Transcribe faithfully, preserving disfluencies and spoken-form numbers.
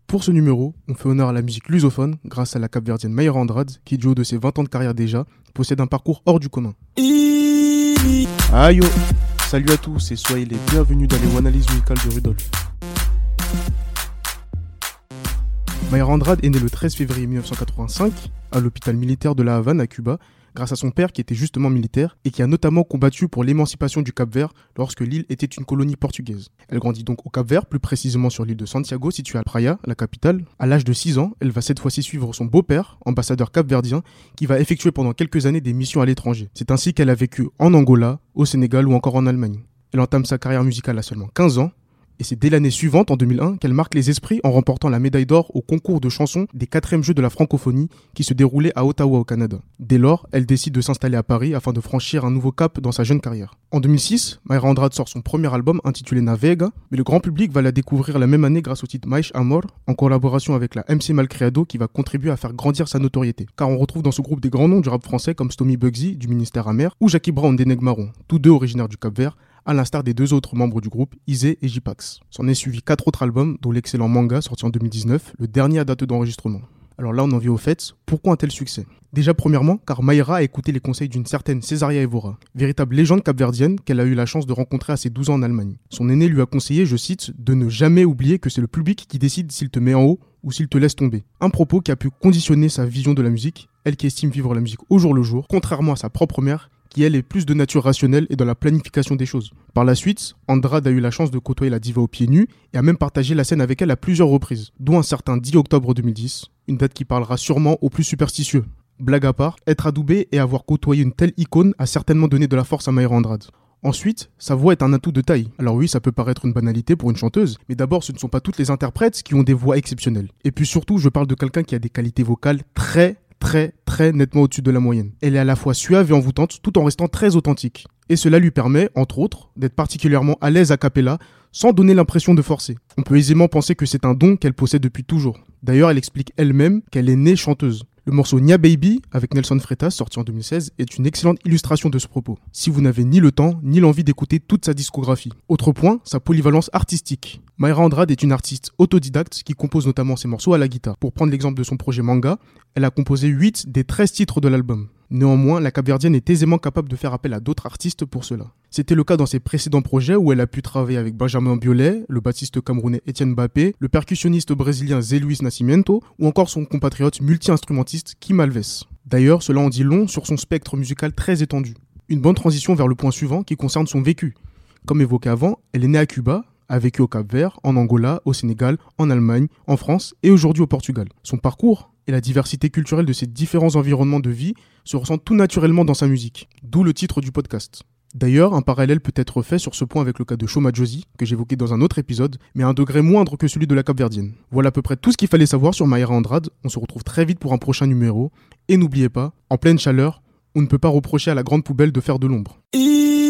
Pour ce numéro, on fait honneur à la musique lusophone grâce à la capverdienne Mayra Andrade qui, du haut de ses vingt ans de carrière déjà, possède un parcours hors du commun. Aïe yo. Salut à tous et soyez les bienvenus dans les Wanalyses musicales de Rudolf. Mayra Andrade est née le treize février mille neuf cent quatre-vingt-cinq à l'hôpital militaire de La Havane à Cuba, grâce à son père qui était justement militaire et qui a notamment combattu pour l'émancipation du Cap-Vert lorsque l'île était une colonie portugaise. Elle grandit donc au Cap-Vert, plus précisément sur l'île de Santiago, située à Praia, la capitale. À l'âge de six ans, elle va cette fois-ci suivre son beau-père, ambassadeur capverdien, qui va effectuer pendant quelques années des missions à l'étranger. C'est ainsi qu'elle a vécu en Angola, au Sénégal ou encore en Allemagne. Elle entame sa carrière musicale à seulement quinze ans. Et c'est dès l'année suivante, en deux mille un, qu'elle marque les esprits en remportant la médaille d'or au concours de chansons des quatrièmes Jeux de la francophonie qui se déroulaient à Ottawa au Canada. Dès lors, elle décide de s'installer à Paris afin de franchir un nouveau cap dans sa jeune carrière. En deux mille six, Mayra Andrade sort son premier album intitulé Navega, mais le grand public va la découvrir la même année grâce au titre Mais Amor, en collaboration avec la M C Malcriado qui va contribuer à faire grandir sa notoriété. Car on retrouve dans ce groupe des grands noms du rap français comme Stomy Bugsy du Ministère Amer ou Jackie Brown des Nègres Marrons, tous deux originaires du Cap-Vert, à l'instar des deux autres membres du groupe, Isé et J-Pax. S'en est suivi quatre autres albums, dont l'excellent Manga, sorti en deux mille dix-neuf, le dernier à date d'enregistrement. Alors là, on en vient au fait, pourquoi un tel succès ? Déjà premièrement, car Mayra a écouté les conseils d'une certaine Césaria Evora, véritable légende capverdienne qu'elle a eu la chance de rencontrer à ses douze ans en Allemagne. Son aîné lui a conseillé, je cite, de ne jamais oublier que c'est le public qui décide s'il te met en haut ou s'il te laisse tomber. Un propos qui a pu conditionner sa vision de la musique, elle qui estime vivre la musique au jour le jour, contrairement à sa propre mère, qui elle est plus de nature rationnelle et dans la planification des choses. Par la suite, Andrade a eu la chance de côtoyer la diva aux pieds nus et a même partagé la scène avec elle à plusieurs reprises, dont un certain dix octobre deux mille dix, une date qui parlera sûrement aux plus superstitieux. Blague à part, être adoubé et avoir côtoyé une telle icône a certainement donné de la force à Mayra Andrade. Ensuite, sa voix est un atout de taille. Alors oui, ça peut paraître une banalité pour une chanteuse, mais d'abord ce ne sont pas toutes les interprètes qui ont des voix exceptionnelles. Et puis surtout, je parle de quelqu'un qui a des qualités vocales très très très nettement au-dessus de la moyenne. Elle est à la fois suave et envoûtante tout en restant très authentique. Et cela lui permet, entre autres, d'être particulièrement à l'aise a cappella sans donner l'impression de forcer. On peut aisément penser que c'est un don qu'elle possède depuis toujours. D'ailleurs, elle explique elle-même qu'elle est née chanteuse. Le morceau Nya Baby, avec Nelson Freitas, sorti en deux mille seize, est une excellente illustration de ce propos. Si vous n'avez ni le temps, ni l'envie d'écouter toute sa discographie. Autre point, sa polyvalence artistique. Mayra Andrade est une artiste autodidacte qui compose notamment ses morceaux à la guitare. Pour prendre l'exemple de son projet Manga, elle a composé huit des treize titres de l'album. Néanmoins, la capverdienne est aisément capable de faire appel à d'autres artistes pour cela. C'était le cas dans ses précédents projets où elle a pu travailler avec Benjamin Biolay, le bassiste camerounais Etienne Mbappé, le percussionniste brésilien Zé Luis Nascimento ou encore son compatriote multi-instrumentiste Kim Alves. D'ailleurs, cela en dit long sur son spectre musical très étendu. Une bonne transition vers le point suivant qui concerne son vécu. Comme évoqué avant, elle est née à Cuba, a vécu au Cap-Vert, en Angola, au Sénégal, en Allemagne, en France et aujourd'hui au Portugal. Son parcours et la diversité culturelle de ses différents environnements de vie se ressentent tout naturellement dans sa musique, d'où le titre du podcast. D'ailleurs, un parallèle peut être fait sur ce point avec le cas de Shoma Josie, que j'évoquais dans un autre épisode, mais à un degré moindre que celui de la capverdienne. Voilà à peu près tout ce qu'il fallait savoir sur Mayra Andrade, on se retrouve très vite pour un prochain numéro, et n'oubliez pas, en pleine chaleur, on ne peut pas reprocher à la grande poubelle de faire de l'ombre.